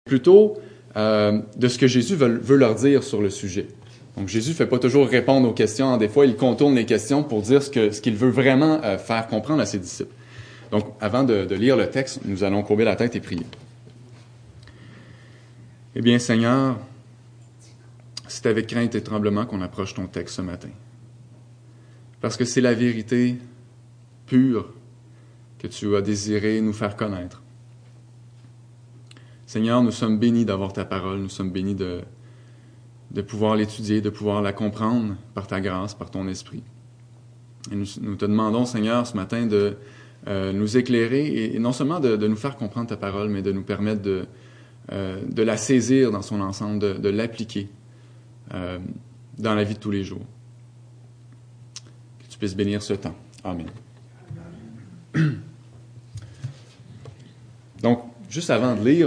plutôt de ce que Jésus veut leur dire sur le sujet. Donc Jésus ne fait pas toujours répondre aux questions. Des fois, il contourne les questions pour dire ce qu'il veut vraiment faire comprendre à ses disciples. Donc, avant de lire le texte, nous allons courber la tête et prier. Eh bien, Seigneur, c'est avec crainte et tremblement qu'on approche ton texte ce matin. Parce que c'est la vérité pure que tu as désiré nous faire connaître. Seigneur, nous sommes bénis d'avoir ta parole, nous sommes bénis de pouvoir l'étudier, de pouvoir la comprendre par ta grâce, par ton esprit. Et nous te demandons, Seigneur, ce matin de nous éclairer et non seulement de nous faire comprendre ta parole, mais de nous permettre de la saisir dans son ensemble, de l'appliquer dans la vie de tous les jours. Que tu puisses bénir ce temps. Amen. Donc, juste avant de lire,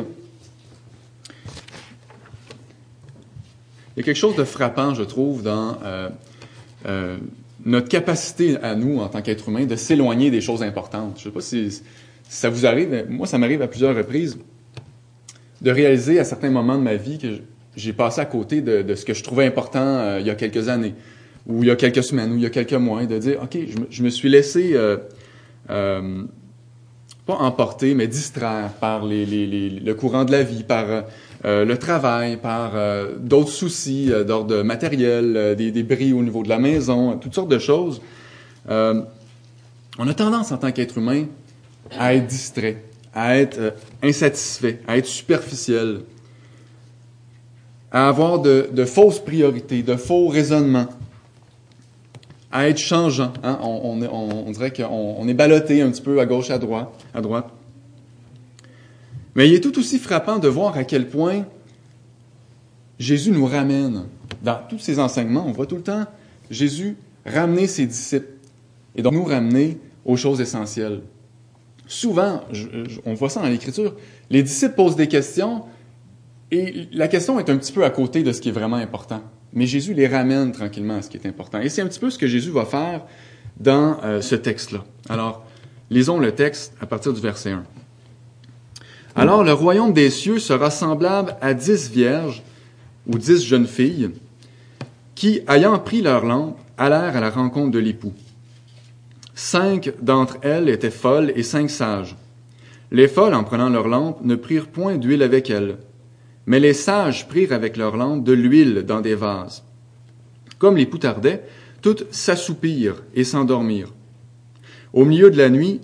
il y a quelque chose de frappant, je trouve, dans notre capacité à nous, en tant qu'êtres humains, de s'éloigner des choses importantes. Je ne sais pas si ça vous arrive, mais moi, ça m'arrive à plusieurs reprises de réaliser à certains moments de ma vie que j'ai passé à côté de ce que je trouvais important il y a quelques années, ou il y a quelques semaines, ou il y a quelques mois, et de dire, OK, je me suis laissé, pas emporter, mais distraire par le courant de la vie, par le travail, par d'autres soucis d'ordre matériel, des bris au niveau de la maison, toutes sortes de choses. On a tendance, en tant qu'être humain, à être distrait, à être insatisfait, à être superficiel, à avoir de fausses priorités, de faux raisonnements, à être changeant. Hein? On dirait qu'on est ballotté un petit peu à gauche, à droite. Mais il est tout aussi frappant de voir à quel point Jésus nous ramène. Dans tous ses enseignements, on voit tout le temps Jésus ramener ses disciples et donc nous ramener aux choses essentielles. Souvent, on voit ça dans l'Écriture, les disciples posent des questions et la question est un petit peu à côté de ce qui est vraiment important. Mais Jésus les ramène tranquillement à ce qui est important. Et c'est un petit peu ce que Jésus va faire dans ce texte-là. Alors, lisons le texte à partir du verset 1. « Alors, le royaume des cieux sera semblable à 10 vierges ou 10 jeunes filles qui, ayant pris leur lampe, allèrent à la rencontre de l'époux. 5 d'entre elles étaient folles et 5 sages. Les folles, en prenant leur lampe, ne prirent point d'huile avec elles. Mais les sages prirent avec leurs lampes de l'huile dans des vases. Comme l'époux tardait, toutes s'assoupirent et s'endormirent. Au milieu de la nuit,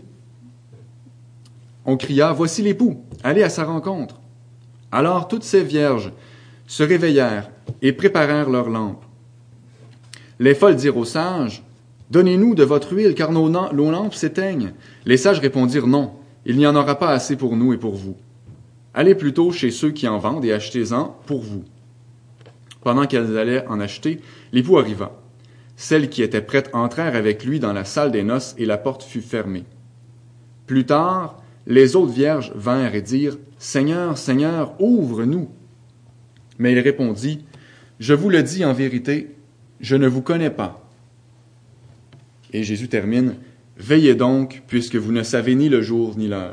on cria, « Voici l'époux, allez à sa rencontre. » Alors toutes ces vierges se réveillèrent et préparèrent leurs lampes. Les folles dirent aux sages, « Donnez-nous de votre huile, car nos lampes s'éteignent. » Les sages répondirent, « Non, il n'y en aura pas assez pour nous et pour vous. Allez plutôt chez ceux qui en vendent et achetez-en pour vous. » Pendant qu'elles allaient en acheter, l'époux arriva. Celles qui étaient prêtes entrèrent avec lui dans la salle des noces et la porte fut fermée. Plus tard, les autres vierges vinrent et dirent, « Seigneur, Seigneur, ouvre-nous. » Mais il répondit, « Je vous le dis en vérité, je ne vous connais pas. » Et Jésus termine, « Veillez donc, puisque vous ne savez ni le jour ni l'heure. »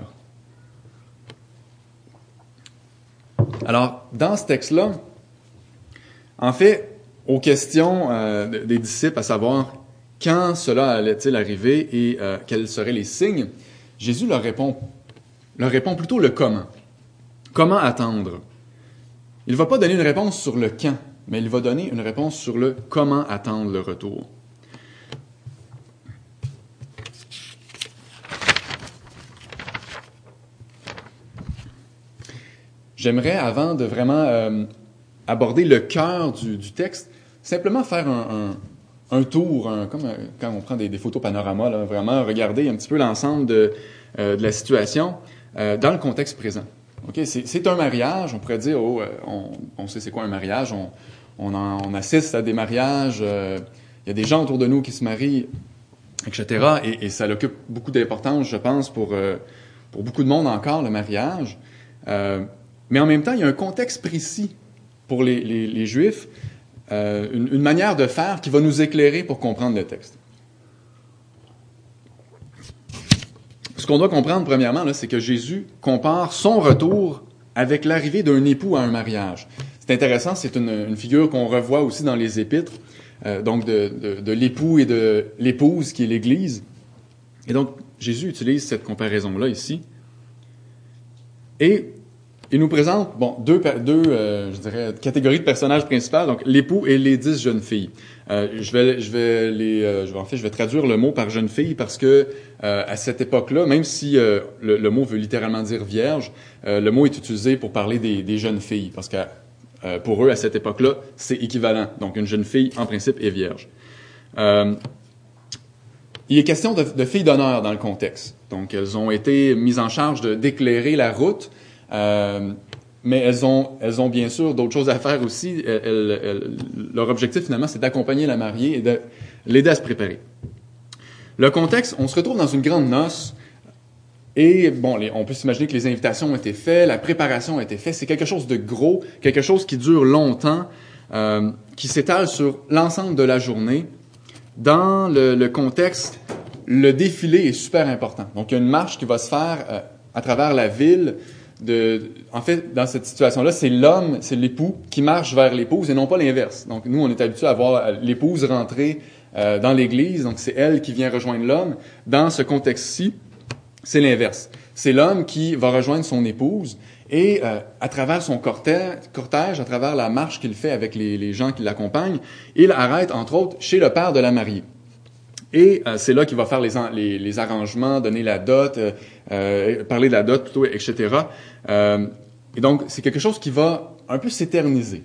Alors, dans ce texte-là, en fait, aux questions des disciples, à savoir quand cela allait-il arriver et quels seraient les signes, Jésus leur répond plutôt le comment. Comment attendre? Il ne va pas donner une réponse sur le quand, mais il va donner une réponse sur le comment attendre le retour. J'aimerais, avant de vraiment aborder le cœur du texte, simplement faire un tour, comme quand on prend des photos panorama, là, vraiment regarder un petit peu l'ensemble de la situation dans le contexte présent. Okay? C'est un mariage, on pourrait dire, on sait c'est quoi un mariage, on assiste à des mariages, il y a des gens autour de nous qui se marient, etc. Et ça occupe beaucoup d'importance, je pense, pour beaucoup de monde encore, le mariage. Mais en même temps, il y a un contexte précis pour les Juifs, une manière de faire qui va nous éclairer pour comprendre le texte. Ce qu'on doit comprendre, premièrement, là, c'est que Jésus compare son retour avec l'arrivée d'un époux à un mariage. C'est intéressant, c'est une figure qu'on revoit aussi dans les Épîtres, donc de l'époux et de l'épouse qui est l'Église. Et donc, Jésus utilise cette comparaison-là ici. Et il nous présente deux je dirais, catégories de personnages principaux, donc l'époux et les 10 jeunes filles. Je vais traduire le mot par jeune fille parce que à cette époque-là, même si le mot veut littéralement dire vierge, le mot est utilisé pour parler des jeunes filles parce que pour eux, à cette époque-là, c'est équivalent. Donc, une jeune fille, en principe, est vierge. Il est question de filles d'honneur dans le contexte. Donc, elles ont été mises en charge d'éclairer la route, mais elles ont bien sûr d'autres choses à faire aussi. Leur objectif, finalement, c'est d'accompagner la mariée et de l'aider à se préparer. Le contexte, on se retrouve dans une grande noce, et on peut s'imaginer que les invitations ont été faites, la préparation a été faite. C'est quelque chose de gros, quelque chose qui dure longtemps, qui s'étale sur l'ensemble de la journée. Dans le contexte, le défilé est super important. Donc, il y a une marche qui va se faire à travers la ville. En fait, dans cette situation-là, c'est l'homme, c'est l'époux qui marche vers l'épouse et non pas l'inverse. Donc, nous, on est habitué à voir l'épouse rentrer dans l'église. Donc, c'est elle qui vient rejoindre l'homme. Dans ce contexte-ci, c'est l'inverse. C'est l'homme qui va rejoindre son épouse et à travers son cortège, à travers la marche qu'il fait avec les gens qui l'accompagnent, il arrête, entre autres, chez le père de la mariée. Et c'est là qu'il va faire les arrangements, donner la dot, parler de la dot plutôt, etc. Et donc, c'est quelque chose qui va un peu s'éterniser.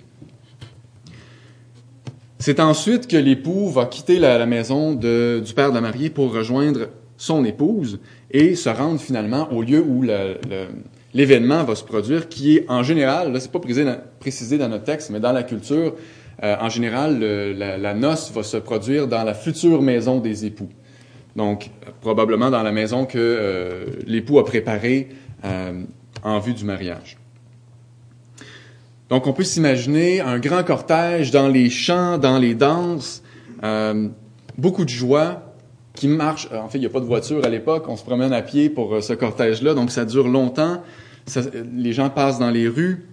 C'est ensuite que l'époux va quitter la maison du père de la mariée pour rejoindre son épouse et se rendre finalement au lieu où l'événement va se produire, qui est en général, là c'est pas précisé dans notre texte, mais dans la culture, en général, la noce va se produire dans la future maison des époux. Donc, probablement dans la maison que l'époux a préparée en vue du mariage. Donc, on peut s'imaginer un grand cortège dans les chants, dans les danses, beaucoup de joie, qui marche. En fait, il n'y a pas de voiture à l'époque. On se promène à pied pour ce cortège-là. Donc, ça dure longtemps. Les gens passent dans les rues.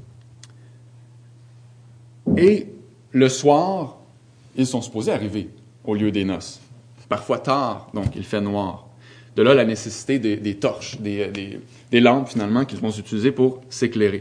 Et le soir, ils sont supposés arriver au lieu des noces. Parfois tard, donc il fait noir. De là, la nécessité des torches, des lampes, finalement, qu'ils vont utiliser pour s'éclairer.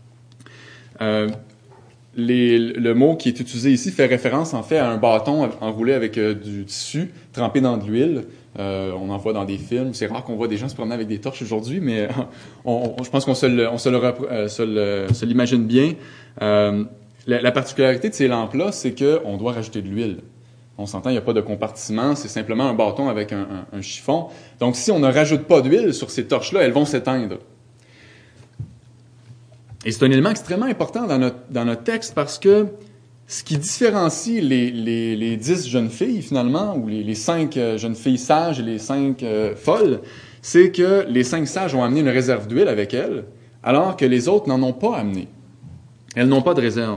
Le mot qui est utilisé ici fait référence en fait à un bâton enroulé avec du tissu trempé dans de l'huile. On en voit dans des films. C'est rare qu'on voit des gens se promener avec des torches aujourd'hui, mais je pense qu'on se l'imagine bien. La particularité de ces lampes-là, c'est qu'on doit rajouter de l'huile. On s'entend, il n'y a pas de compartiment, c'est simplement un bâton avec un chiffon. Donc, si on ne rajoute pas d'huile sur ces torches-là, elles vont s'éteindre. Et c'est un élément extrêmement important dans notre texte parce que ce qui différencie les 10 jeunes filles, finalement, ou les 5 jeunes filles sages et les 5 folles, c'est que les 5 sages ont amené une réserve d'huile avec elles, alors que les autres n'en ont pas amené. Elles n'ont pas de réserve.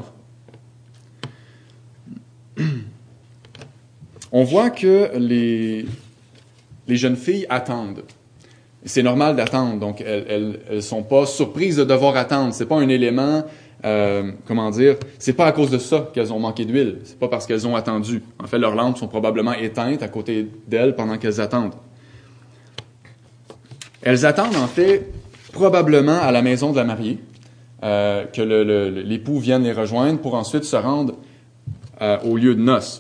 On voit que les jeunes filles attendent. C'est normal d'attendre, donc elles sont pas surprises de devoir attendre. C'est pas un élément, c'est pas à cause de ça qu'elles ont manqué d'huile. C'est pas parce qu'elles ont attendu. En fait, leurs lampes sont probablement éteintes à côté d'elles pendant qu'elles attendent. Elles attendent, en fait, probablement à la maison de la mariée, que l'époux vienne les rejoindre pour ensuite se rendre au lieu de noces.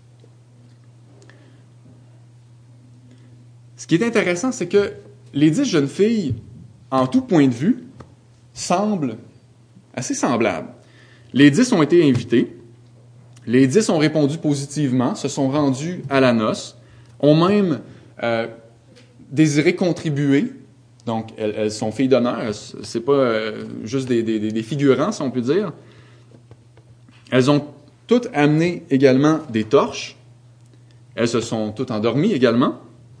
Ce qui est intéressant, c'est que les 10 jeunes filles, en tout point de vue, semblent assez semblables. Les 10 ont été invitées, les 10 ont répondu positivement, se sont rendus à la noce, ont même désiré contribuer. Donc, elles sont filles d'honneur, c'est pas juste des figurants, si on peut dire. Elles ont toutes amené également des torches. Elles se sont toutes endormies également.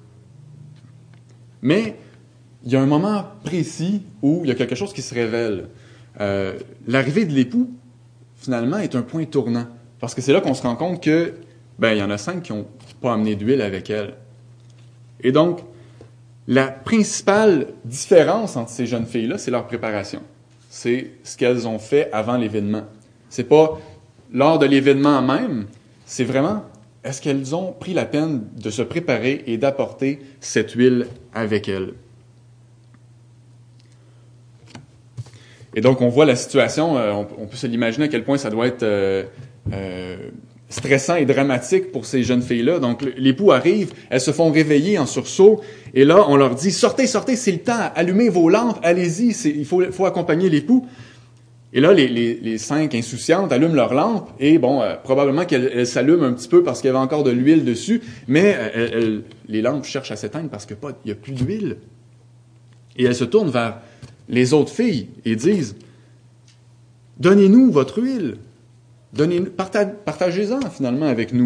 Mais il y a un moment précis où il y a quelque chose qui se révèle. L'arrivée de l'époux, finalement, est un point tournant. Parce que c'est là qu'on se rend compte que, il y en a 5 qui n'ont pas amené d'huile avec elles. Et donc, la principale différence entre ces jeunes filles-là, c'est leur préparation. c'est ce qu'elles ont fait avant l'événement. C'est pas lors de l'événement même, c'est vraiment est-ce qu'elles ont pris la peine de se préparer et d'apporter cette huile avec elles. Et donc, on voit la situation, on peut se l'imaginer à quel point ça doit être stressant et dramatique pour ces jeunes filles-là. Donc, l'époux arrive, elles se font réveiller en sursaut, et là, on leur dit « Sortez, sortez, c'est le temps, allumez vos lampes, allez-y, il faut accompagner l'époux. » Et là, les 5 insouciantes allument leurs lampes, et bon, probablement qu'elles s'allument un petit peu parce qu'il y avait encore de l'huile dessus, mais les lampes cherchent à s'éteindre parce qu'il n'y a plus d'huile. Et elles se tournent vers les autres filles et disent « Donnez-nous votre huile. Partagez-en finalement avec nous. »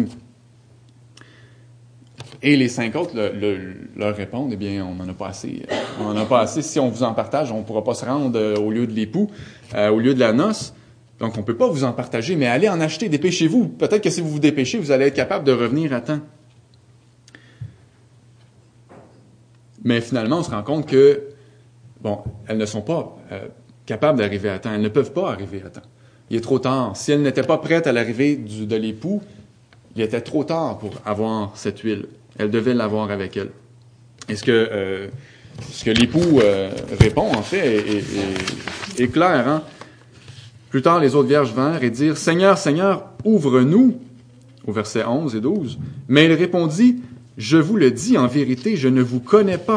Et les 5 autres leur répondent « Eh bien, on n'en a pas assez. On n'en a pas assez. Si on vous en partage, on ne pourra pas se rendre au lieu de l'époux, au lieu de la noce. Donc, on ne peut pas vous en partager, mais allez en acheter, dépêchez-vous. Peut-être que si vous vous dépêchez, vous allez être capable de revenir à temps. » Mais finalement, on se rend compte que bon, elles ne sont pas capables d'arriver à temps. Elles ne peuvent pas arriver à temps. Il est trop tard. Si elles n'étaient pas prêtes à l'arrivée de l'époux, il était trop tard pour avoir cette huile. Elles devaient l'avoir avec elles. Et ce que l'époux répond, en fait, est clair. Hein? Plus tard, les autres vierges vinrent et dirent « Seigneur, Seigneur, ouvre-nous » au verset 11 et 12. Mais il répondit « Je vous le dis en vérité, je ne vous connais pas. »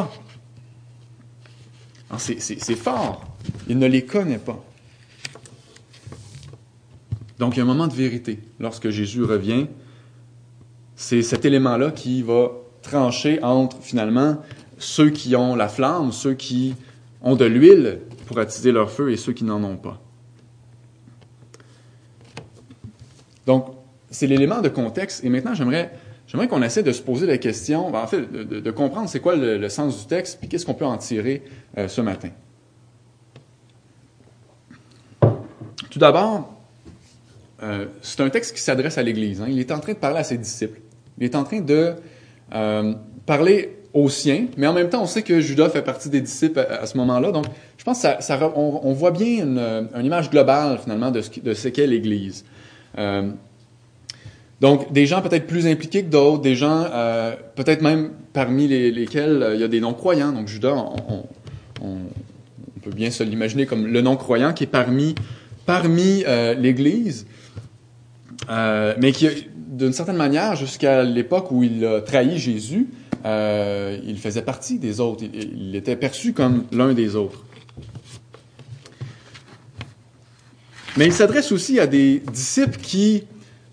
C'est fort. Il ne les connaît pas. Donc, il y a un moment de vérité. Lorsque Jésus revient, c'est cet élément-là qui va trancher entre, finalement, ceux qui ont la flamme, ceux qui ont de l'huile pour attiser leur feu et ceux qui n'en ont pas. Donc, c'est l'élément de contexte. Et maintenant, j'aimerais qu'on essaie de se poser la question, en fait, de comprendre c'est quoi le sens du texte, puis qu'est-ce qu'on peut en tirer ce matin. Tout d'abord, c'est un texte qui s'adresse à l'Église. Hein. Il est en train de parler à ses disciples. Il est en train de parler aux siens, mais en même temps, on sait que Judas fait partie des disciples à ce moment-là. Donc, je pense qu'on voit bien une image globale, finalement, de ce qu'est l'Église. Donc, des gens peut-être plus impliqués que d'autres, des gens peut-être même parmi lesquels il y a des non-croyants. Donc, Judas, on peut bien se l'imaginer comme le non-croyant qui est parmi l'Église, mais qui, d'une certaine manière, jusqu'à l'époque où il a trahi Jésus, il faisait partie des autres. Il était perçu comme l'un des autres. Mais il s'adresse aussi à des disciples qui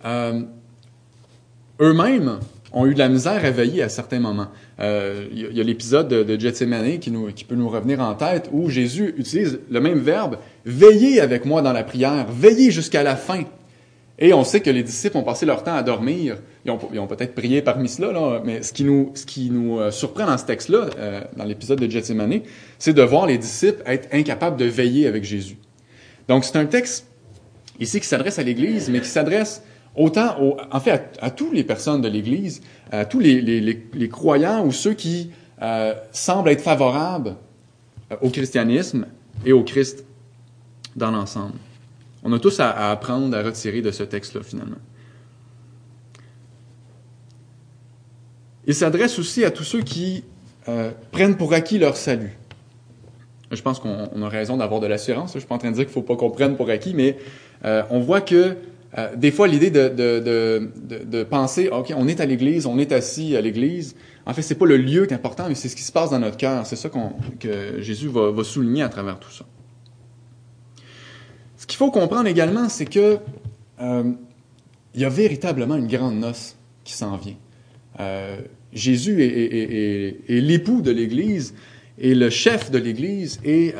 eux-mêmes ont eu de la misère à veiller à certains moments. Il y a l'épisode de Gethsémani qui peut nous revenir en tête, où Jésus utilise le même verbe « veillez avec moi dans la prière, veillez jusqu'à la fin ». Et on sait que les disciples ont passé leur temps à dormir. Ils ont peut-être prié parmi cela, là, mais ce qui nous surprend dans ce texte-là, dans l'épisode de Gethsémani, c'est de voir les disciples être incapables de veiller avec Jésus. Donc c'est un texte ici qui s'adresse à l'Église, mais qui s'adresse autant, à toutes les personnes de l'Église, à tous les croyants ou ceux qui semblent être favorables au christianisme et au Christ dans l'ensemble. On a tous à apprendre à retirer de ce texte-là, finalement. Il s'adresse aussi à tous ceux qui prennent pour acquis leur salut. Je pense qu'on a raison d'avoir de l'assurance. Je ne suis pas en train de dire qu'il ne faut pas qu'on prenne pour acquis, mais on voit que des fois, l'idée de penser, OK, on est à l'Église, on est assis à l'Église, en fait, c'est pas le lieu qui est important, mais c'est ce qui se passe dans notre cœur. C'est ça que Jésus va souligner à travers tout ça. Ce qu'il faut comprendre également, c'est que il y a véritablement une grande noce qui s'en vient. Jésus est l'époux de l'Église, et le chef de l'Église, et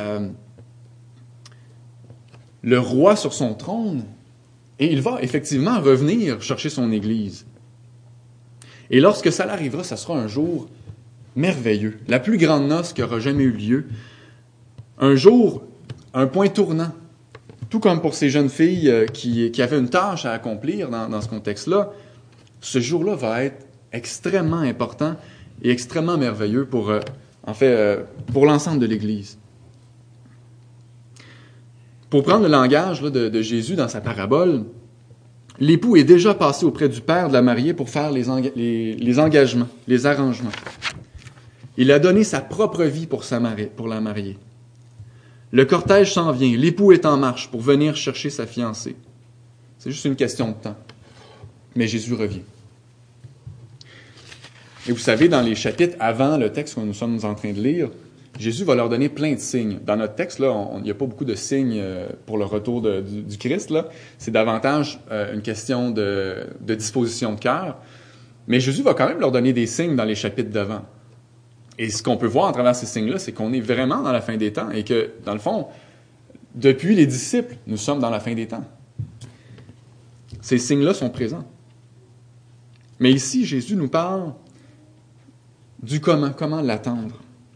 le roi sur son trône. Et il va effectivement revenir chercher son Église. Et lorsque ça l'arrivera, ça sera un jour merveilleux, la plus grande noce qui aura jamais eu lieu. Un jour, un point tournant. Tout comme pour ces jeunes filles qui avaient une tâche à accomplir dans ce contexte-là, ce jour-là va être extrêmement important et extrêmement merveilleux pour l'ensemble de l'Église. Pour prendre le langage là, de Jésus dans sa parabole, l'époux est déjà passé auprès du père de la mariée pour faire les engagements, les arrangements. Il a donné sa propre vie pour la mariée. Le cortège s'en vient, l'époux est en marche pour venir chercher sa fiancée. C'est juste une question de temps. Mais Jésus revient. Et vous savez, dans les chapitres avant le texte que nous sommes en train de lire, Jésus va leur donner plein de signes. Dans notre texte, là, il n'y a pas beaucoup de signes pour le retour du Christ. Là. C'est davantage une question de disposition de cœur. Mais Jésus va quand même leur donner des signes dans les chapitres d'avant. Et ce qu'on peut voir à travers ces signes-là, c'est qu'on est vraiment dans la fin des temps et que, dans le fond, depuis les disciples, nous sommes dans la fin des temps. Ces signes-là sont présents. Mais ici, Jésus nous parle du comment l'attendre.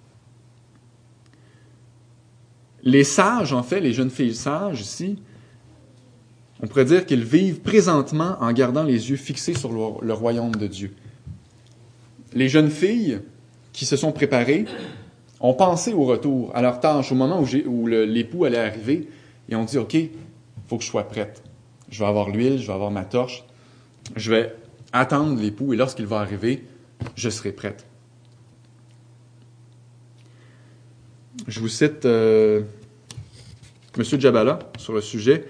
Les sages, en fait, les jeunes filles sages ici, on pourrait dire qu'ils vivent présentement en gardant les yeux fixés sur le royaume de Dieu. Les jeunes filles qui se sont préparées ont pensé au retour, à leur tâche, au moment où l'époux allait arriver, et ont dit, OK, il faut que je sois prête. Je vais avoir l'huile, je vais avoir ma torche, je vais attendre l'époux, et lorsqu'il va arriver, je serai prête. Je vous cite M. Djabala sur le sujet.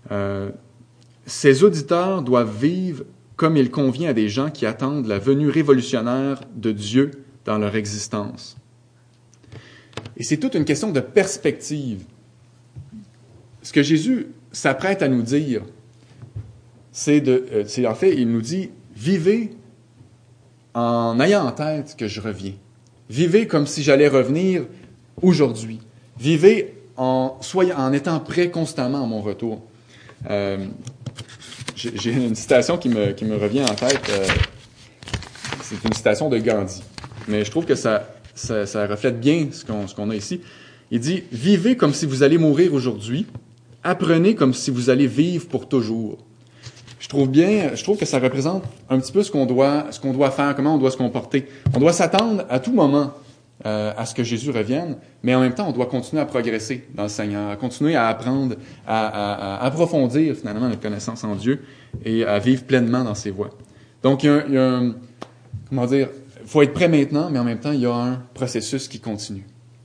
Ces auditeurs doivent vivre comme il convient à des gens qui attendent la venue révolutionnaire de Dieu dans leur existence. Et c'est toute une question de perspective. Ce que Jésus s'apprête à nous dire, c'est en fait, il nous dit, vivez en ayant en tête que je reviens. Vivez comme si j'allais revenir aujourd'hui. Vivez en étant prêt constamment à mon retour. J'ai une citation qui me revient en tête. C'est une citation de Gandhi. Mais je trouve que ça reflète bien ce qu'on a ici. Il dit « Vivez comme si vous allez mourir aujourd'hui. Apprenez comme si vous allez vivre pour toujours. » Je trouve que ça représente un petit peu ce qu'on doit faire, comment on doit se comporter. On doit s'attendre à tout moment à ce que Jésus revienne, mais en même temps, on doit continuer à progresser dans le Seigneur, à continuer à apprendre, à approfondir finalement notre connaissance en Dieu et à vivre pleinement dans ses voies. Donc, il y a un faut être prêt maintenant, mais en même temps, il y a un processus qui continue.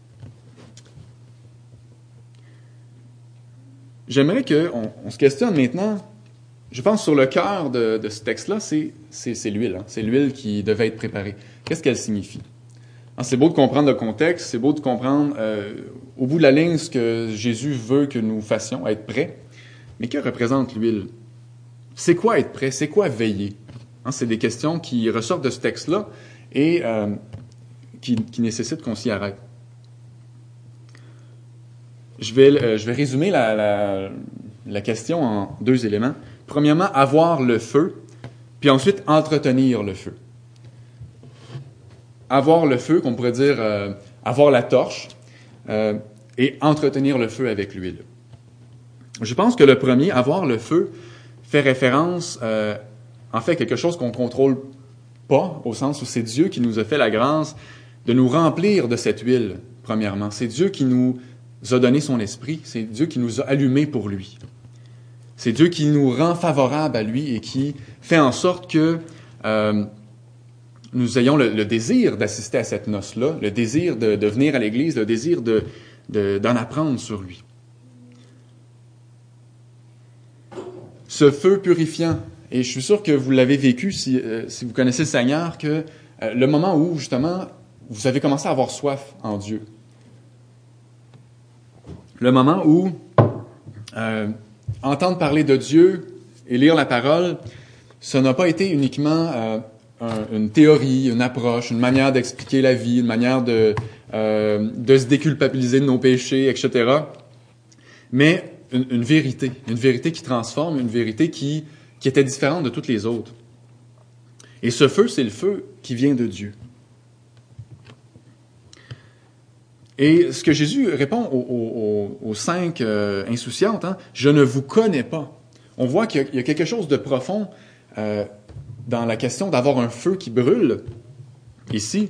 J'aimerais qu'on se questionne maintenant, je pense sur le cœur de ce texte-là, c'est l'huile. Hein? C'est l'huile qui devait être préparée. Qu'est-ce qu'elle signifie? C'est beau de comprendre le contexte, c'est beau de comprendre au bout de la ligne ce que Jésus veut que nous fassions, être prêts. Mais que représente l'huile? C'est quoi être prêt? C'est quoi veiller? C'est des questions qui ressortent de ce texte-là et qui nécessitent qu'on s'y arrête. Je vais résumer la question en 2 éléments. Premièrement, avoir le feu, puis ensuite entretenir le feu. Avoir le feu, qu'on pourrait dire avoir la torche, et entretenir le feu avec l'huile. Je pense que le premier, avoir le feu, fait référence en fait quelque chose qu'on ne contrôle pas, au sens où c'est Dieu qui nous a fait la grâce de nous remplir de cette huile, premièrement. C'est Dieu qui nous a donné son esprit, c'est Dieu qui nous a allumés pour lui. C'est Dieu qui nous rend favorables à lui et qui fait en sorte que nous ayons le désir d'assister à cette noce-là, le désir de venir à l'Église, le désir d'en apprendre sur lui. Ce feu purifiant, et je suis sûr que vous l'avez vécu si vous connaissez le Seigneur, que le moment où, justement, vous avez commencé à avoir soif en Dieu. Le moment où entendre parler de Dieu et lire la parole, ça n'a pas été uniquement une théorie, une approche, une manière d'expliquer la vie, une manière de se déculpabiliser de nos péchés, etc. Mais une vérité qui transforme, une vérité qui était différente de toutes les autres. Et ce feu, c'est le feu qui vient de Dieu. Et ce que Jésus répond aux 5 insouciantes, je ne vous connais pas. On voit qu'il y a quelque chose de profond dans la question d'avoir un feu qui brûle. Ici,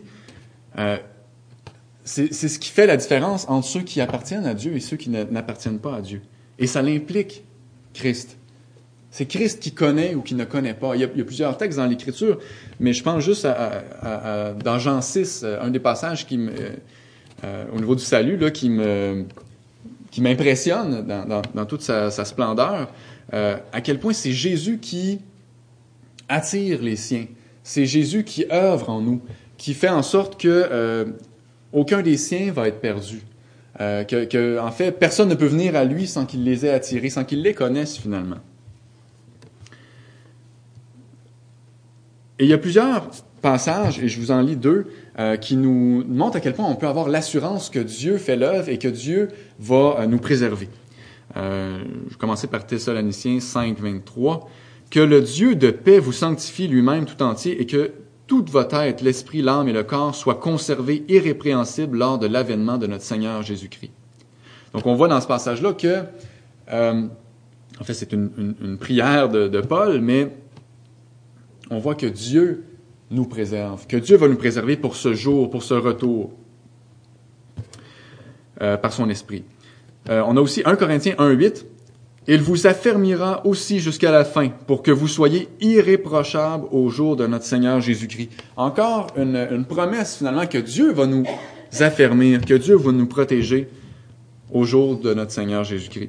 c'est ce qui fait la différence entre ceux qui appartiennent à Dieu et ceux qui n'appartiennent pas à Dieu. Et ça l'implique Christ. C'est Christ qui connaît ou qui ne connaît pas. Il y a plusieurs textes dans l'Écriture, mais je pense juste dans Jean 6, un des passages au niveau du salut, là, qui m'impressionne dans toute sa splendeur, à quel point c'est Jésus qui attire les siens. C'est Jésus qui œuvre en nous, qui fait en sorte que aucun des siens va être perdu. En fait, personne ne peut venir à lui sans qu'il les ait attirés, sans qu'il les connaisse finalement. Et il y a plusieurs passages, et je vous en lis 2, qui nous montrent à quel point on peut avoir l'assurance que Dieu fait l'œuvre et que Dieu va nous préserver. Je vais commencer par Thessaloniciens 5, 23. « Que le Dieu de paix vous sanctifie lui-même tout entier et que toute votre être, l'esprit, l'âme et le corps soient conservés irrépréhensibles lors de l'avènement de notre Seigneur Jésus-Christ. » Donc on voit dans ce passage-là que, en fait c'est une prière de Paul, mais on voit que Dieu nous préserve, que Dieu va nous préserver pour ce jour, pour ce retour, par son esprit. On a aussi 1 Corinthiens 1, 8. « Il vous affermira aussi jusqu'à la fin, pour que vous soyez irréprochables au jour de notre Seigneur Jésus-Christ. » Encore une promesse, finalement, que Dieu va nous affermir, que Dieu va nous protéger au jour de notre Seigneur Jésus-Christ.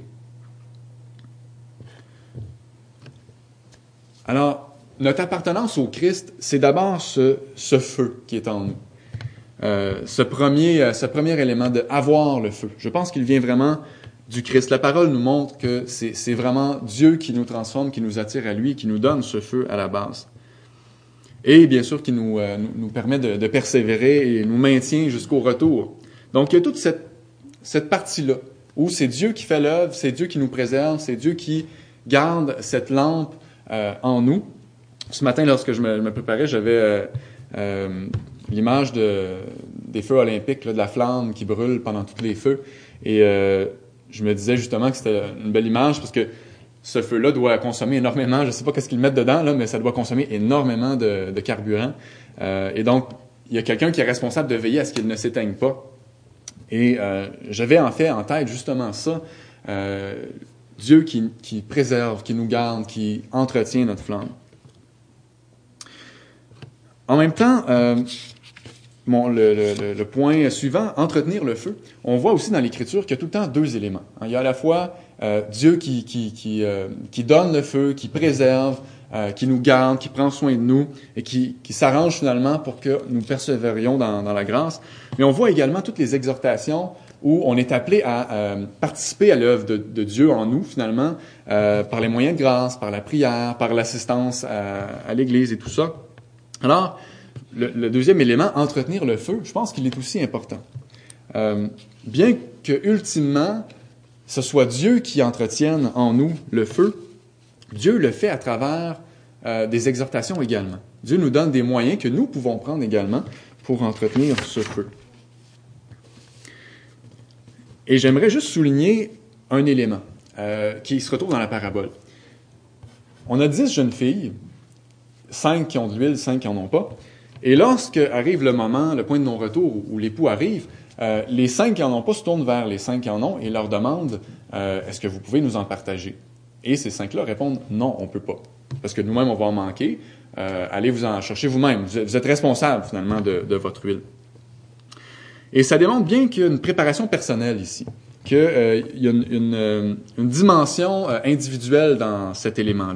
Alors, notre appartenance au Christ, c'est d'abord ce feu qui est en nous. Ce premier élément de avoir le feu. Je pense qu'il vient vraiment du Christ. La parole nous montre que c'est vraiment Dieu qui nous transforme, qui nous attire à lui, qui nous donne ce feu à la base. Et bien sûr, qui nous permet de persévérer et nous maintient jusqu'au retour. Donc, il y a toute cette partie-là, où c'est Dieu qui fait l'œuvre, c'est Dieu qui nous préserve, c'est Dieu qui garde cette lampe en nous. Ce matin, lorsque je me préparais, j'avais l'image des feux olympiques, là, de la flamme qui brûle pendant tous les feux. Et je me disais justement que c'était une belle image parce que ce feu-là doit consommer énormément, je ne sais pas qu'est-ce qu'ils mettent dedans, là, mais ça doit consommer énormément de carburant. Et donc, il y a quelqu'un qui est responsable de veiller à ce qu'il ne s'éteigne pas. Et j'avais en fait en tête justement ça, Dieu qui préserve, qui nous garde, qui entretient notre flamme. En même temps, le point suivant, entretenir le feu, on voit aussi dans l'Écriture qu'il y a tout le temps 2 éléments. Il y a à la fois Dieu qui donne le feu, qui préserve, qui nous garde, qui prend soin de nous et qui s'arrange finalement pour que nous persévérions dans la grâce. Mais on voit également toutes les exhortations où on est appelé à participer à l'œuvre de Dieu en nous, finalement, par les moyens de grâce, par la prière, par l'assistance à l'Église et tout ça. Alors, le deuxième élément, entretenir le feu, je pense qu'il est aussi important. Bien que, ultimement, ce soit Dieu qui entretienne en nous le feu, Dieu le fait à travers des exhortations également. Dieu nous donne des moyens que nous pouvons prendre également pour entretenir ce feu. Et j'aimerais juste souligner un élément qui se retrouve dans la parabole. On a 10 jeunes filles, 5 qui ont de l'huile, 5 qui n'en ont pas. Et lorsque arrive le moment, le point de non-retour où l'époux arrive, les 5 qui n'en ont pas se tournent vers les 5 qui en ont et leur demandent « Est-ce que vous pouvez nous en partager? » Et ces 5-là répondent « Non, on ne peut pas. Parce que nous-mêmes, on va en manquer. Allez vous en chercher vous-même. Vous êtes responsable, finalement, de votre huile. » Et ça démontre bien qu'il y a une préparation personnelle ici, qu'il y a une dimension individuelle dans cet élément-là.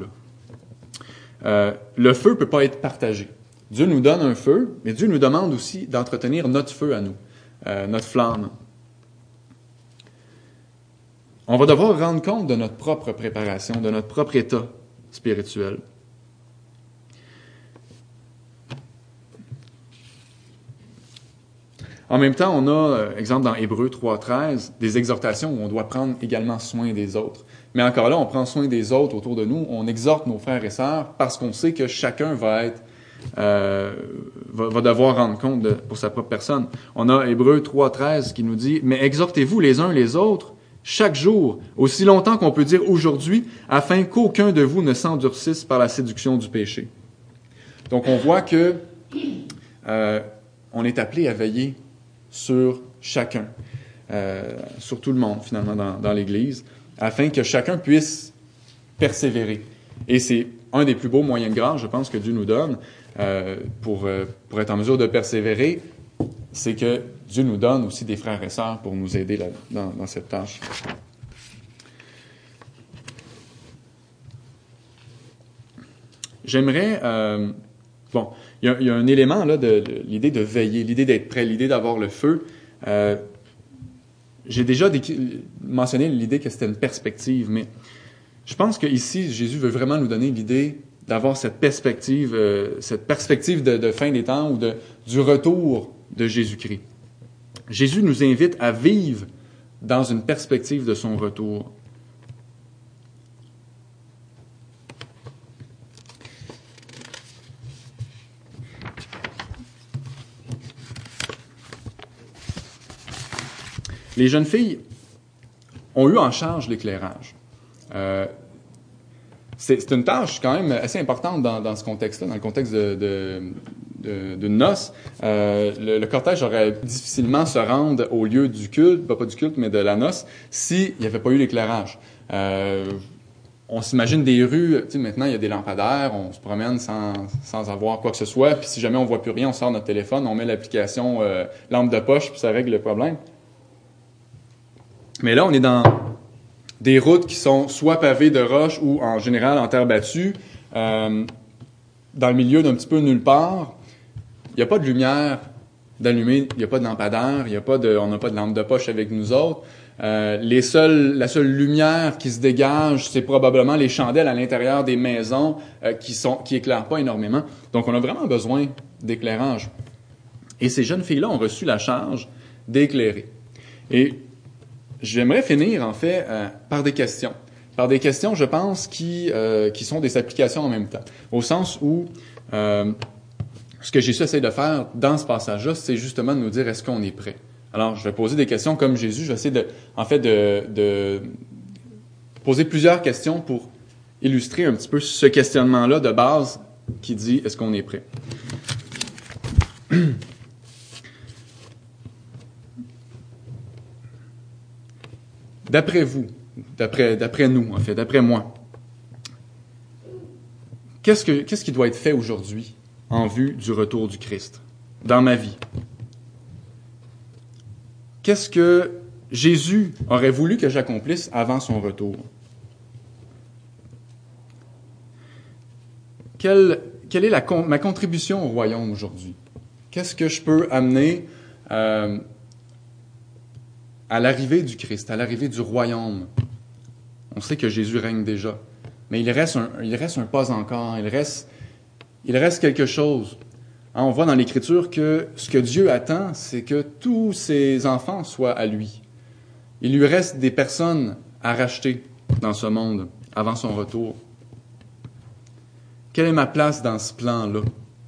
Le feu ne peut pas être partagé. Dieu nous donne un feu, mais Dieu nous demande aussi d'entretenir notre feu à nous, notre flamme. On va devoir rendre compte de notre propre préparation, de notre propre état spirituel. En même temps, on a, exemple dans Hébreux 3.13, des exhortations où on doit prendre également soin des autres. Mais encore là, on prend soin des autres autour de nous, on exhorte nos frères et sœurs parce qu'on sait que chacun va devoir rendre compte pour sa propre personne. On a Hébreux 3.13 qui nous dit « Mais exhortez-vous les uns les autres chaque jour, aussi longtemps qu'on peut dire aujourd'hui, afin qu'aucun de vous ne s'endurcisse par la séduction du péché. » Donc on voit que on est appelé à veiller sur chacun, sur tout le monde finalement dans l'Église. afin que chacun puisse persévérer. Et c'est un des plus beaux moyens de grâce, je pense, que Dieu nous donne pour être en mesure de persévérer, c'est que Dieu nous donne aussi des frères et sœurs pour nous aider dans cette tâche. J'aimerais... il y a un élément là de l'idée de veiller, l'idée d'être prêt, l'idée d'avoir le feu. J'ai déjà mentionné l'idée que c'était une perspective, mais je pense qu'ici, Jésus veut vraiment nous donner l'idée d'avoir cette perspective de fin des temps ou du retour de Jésus-Christ. Jésus nous invite à vivre dans une perspective de son retour. Les jeunes filles ont eu en charge l'éclairage. C'est une tâche quand même assez importante dans ce contexte-là, dans le contexte de noces. Le cortège aurait difficilement se rendre au lieu du culte, pas du culte, mais de la noce, s'il n'y avait pas eu l'éclairage. On s'imagine des rues, tu sais, maintenant il y a des lampadaires, on se promène sans avoir quoi que ce soit, puis si jamais on voit plus rien, on sort notre téléphone, on met l'application lampe de poche, puis ça règle le problème. Mais là, on est dans des routes qui sont soit pavées de roches ou en général en terre battue, dans le milieu d'un petit peu nulle part. Il n'y a pas de lumière d'allumée, il n'y a pas de lampadaire, on n'a pas de lampe de poche avec nous autres. La seule lumière qui se dégage, c'est probablement les chandelles à l'intérieur des maisons qui éclairent pas énormément. Donc, on a vraiment besoin d'éclairage. Et ces jeunes filles-là ont reçu la charge d'éclairer. Et j'aimerais finir, en fait, par des questions. Par des questions, je pense, qui sont des applications en même temps. Au sens où ce que Jésus essaie de faire dans ce passage-là, c'est justement de nous dire, est-ce qu'on est prêt? Alors, je vais poser des questions comme Jésus. Je vais essayer de poser plusieurs questions pour illustrer un petit peu ce questionnement-là de base qui dit, est-ce qu'on est prêt? D'après vous, d'après nous, en fait, d'après moi, qu'est-ce qui doit être fait aujourd'hui en vue du retour du Christ dans ma vie? Qu'est-ce que Jésus aurait voulu que j'accomplisse avant son retour? Quelle est ma contribution au royaume aujourd'hui? Qu'est-ce que je peux amener à l'arrivée du Christ, à l'arrivée du royaume? On sait que Jésus règne déjà, mais il reste un pas encore, il reste quelque chose. Hein, on voit dans l'Écriture que ce que Dieu attend, c'est que tous ses enfants soient à lui. Il lui reste des personnes à racheter dans ce monde avant son retour. Quelle est ma place dans ce plan-là?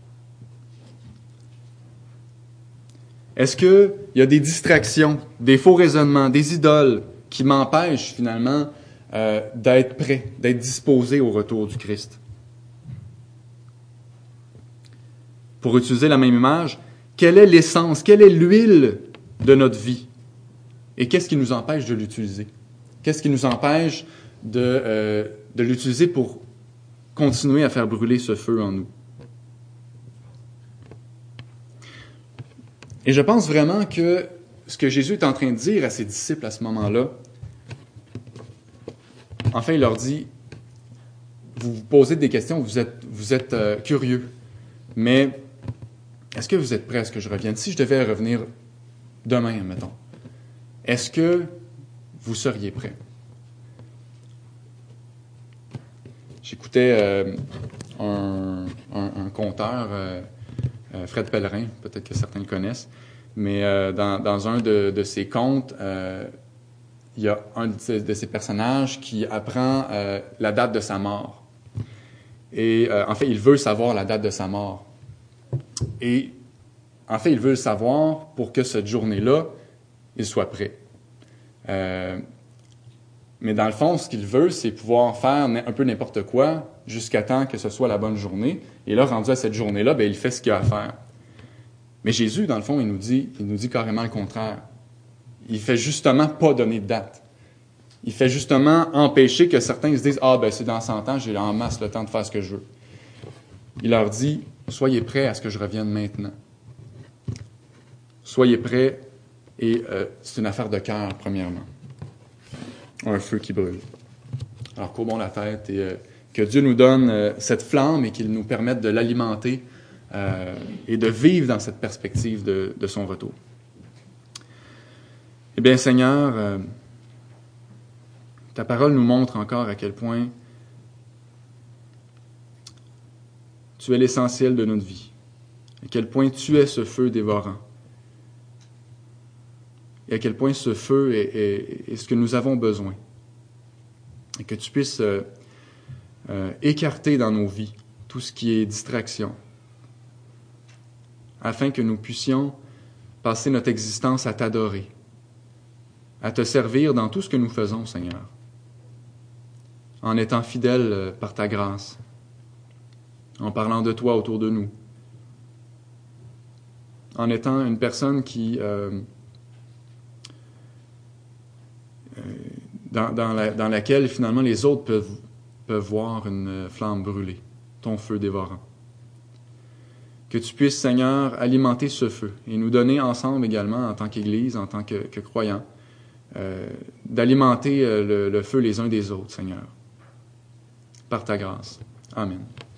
Est-ce qu'il y a des distractions, des faux raisonnements, des idoles qui m'empêchent finalement d'être prêt, d'être disposé au retour du Christ? Pour utiliser la même image, quelle est l'essence, quelle est l'huile de notre vie? Et qu'est-ce qui nous empêche de l'utiliser? Qu'est-ce qui nous empêche de l'utiliser pour continuer à faire brûler ce feu en nous? Et je pense vraiment que ce que Jésus est en train de dire à ses disciples à ce moment-là, enfin, il leur dit, vous vous posez des questions, vous êtes curieux, mais est-ce que vous êtes prêts à ce que je revienne? Si je devais revenir demain, mettons, est-ce que vous seriez prêts? J'écoutais un conteur, Fred Pellerin, peut-être que certains le connaissent, mais dans un de ses contes, il y a un de ses personnages qui apprend la date de sa mort. Et en fait, il veut savoir la date de sa mort. Et en fait, il veut le savoir pour que cette journée-là, il soit prêt. Mais dans le fond, ce qu'il veut, c'est pouvoir faire un peu n'importe quoi jusqu'à temps que ce soit la bonne journée. Et là, rendu à cette journée-là, il fait ce qu'il a à faire. Mais Jésus, dans le fond, il nous dit carrément le contraire. Il fait justement pas donner de date. Il fait justement empêcher que certains se disent « Ah, ben c'est dans 100 ans, j'ai en masse le temps de faire ce que je veux. » Il leur dit « Soyez prêts à ce que je revienne maintenant. » Soyez prêts, et c'est une affaire de cœur, premièrement. Un feu qui brûle. Alors, courbons la tête et que Dieu nous donne cette flamme et qu'il nous permette de l'alimenter et de vivre dans cette perspective de son retour. Eh bien, Seigneur, ta parole nous montre encore à quel point tu es l'essentiel de notre vie, à quel point tu es ce feu dévorant, et à quel point ce feu est ce que nous avons besoin, et que tu puisses écarter dans nos vies tout ce qui est distraction, afin que nous puissions passer notre existence à t'adorer, à te servir dans tout ce que nous faisons, Seigneur, en étant fidèles par ta grâce, en parlant de toi autour de nous, en étant une personne qui, dans laquelle finalement les autres peuvent voir une flamme brûler, ton feu dévorant. Que tu puisses, Seigneur, alimenter ce feu et nous donner ensemble également, en tant qu'Église, en tant que croyants, d'alimenter le feu les uns des autres, Seigneur, par ta grâce. Amen.